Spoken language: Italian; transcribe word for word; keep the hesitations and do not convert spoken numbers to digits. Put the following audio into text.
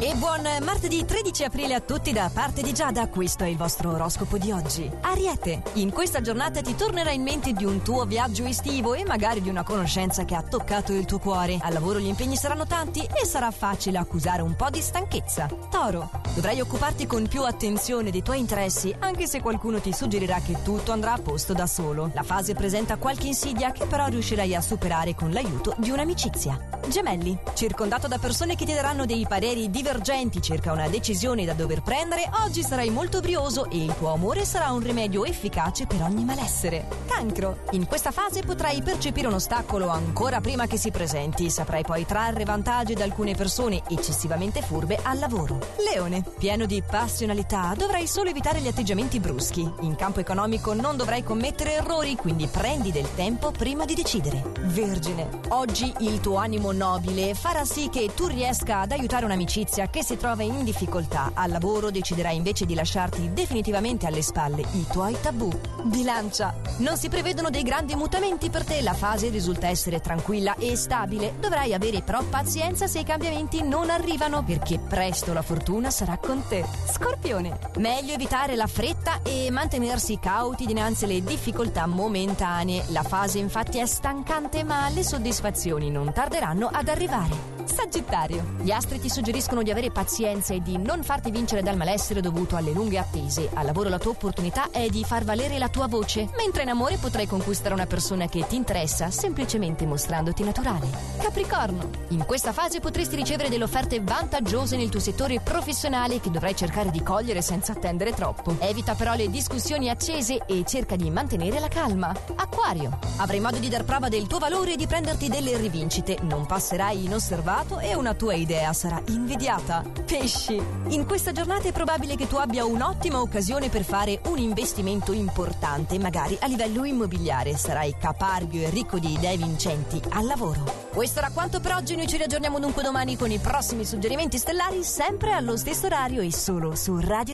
E buon martedì tredici aprile a tutti da parte di Giada, questo è il vostro oroscopo di oggi. Ariete, in questa giornata ti tornerà in mente di un tuo viaggio estivo e magari di una conoscenza che ha toccato il tuo cuore. Al lavoro gli impegni saranno tanti e sarà facile accusare un po' di stanchezza. Toro, dovrai occuparti con più attenzione dei tuoi interessi, anche se qualcuno ti suggerirà che tutto andrà a posto da solo. La fase presenta qualche insidia che però riuscirai a superare con l'aiuto di un'amicizia. Gemelli, circondato da persone che ti daranno dei pareri divergenti circa una decisione da dover prendere, oggi sarai molto brioso e il tuo amore sarà un rimedio efficace per ogni malessere. Cancro, in questa fase potrai percepire un ostacolo ancora prima che si presenti, saprai poi trarre vantaggi da alcune persone eccessivamente furbe al lavoro. Leone, pieno di passionalità, dovrai solo evitare gli atteggiamenti bruschi. In campo economico non dovrai commettere errori, quindi prendi del tempo prima di decidere. Vergine, oggi il tuo animo nobile farà sì che tu riesca ad aiutare un'amicizia che si trova in difficoltà. Al lavoro deciderai invece di lasciarti definitivamente alle spalle i tuoi tabù. Bilancia, non si prevedono dei grandi mutamenti per te, la fase risulta essere tranquilla e stabile. Dovrai avere però pazienza se i cambiamenti non arrivano, perché presto la fortuna sarà con te. Scorpione, meglio evitare la fretta e mantenersi cauti dinanzi alle difficoltà momentanee. La fase infatti è stancante, ma le soddisfazioni non tarderanno ad arrivare. Sagittario, gli astri ti suggeriscono di avere pazienza e di non farti vincere dal malessere dovuto alle lunghe attese. Al lavoro la tua opportunità è di far valere la tua voce, mentre in amore potrai conquistare una persona che ti interessa semplicemente mostrandoti naturale. Capricorno, in questa fase potresti ricevere delle offerte vantaggiose nel tuo settore professionale che dovrai cercare di cogliere senza attendere troppo. Evita però le discussioni accese e cerca di mantenere la calma. Acquario, avrai modo di dar prova del tuo valore e di prenderti delle rivincite. Non passerai inosservato e una tua idea sarà invidiata. Pesci, in questa giornata è probabile che tu abbia un'ottima occasione per fare un investimento importante, magari a livello immobiliare. Sarai caparbio e ricco di idee vincenti al lavoro. Questo era quanto per oggi, noi ci riaggiorniamo dunque domani con i prossimi suggerimenti stellari, sempre allo stesso orario e solo su Radio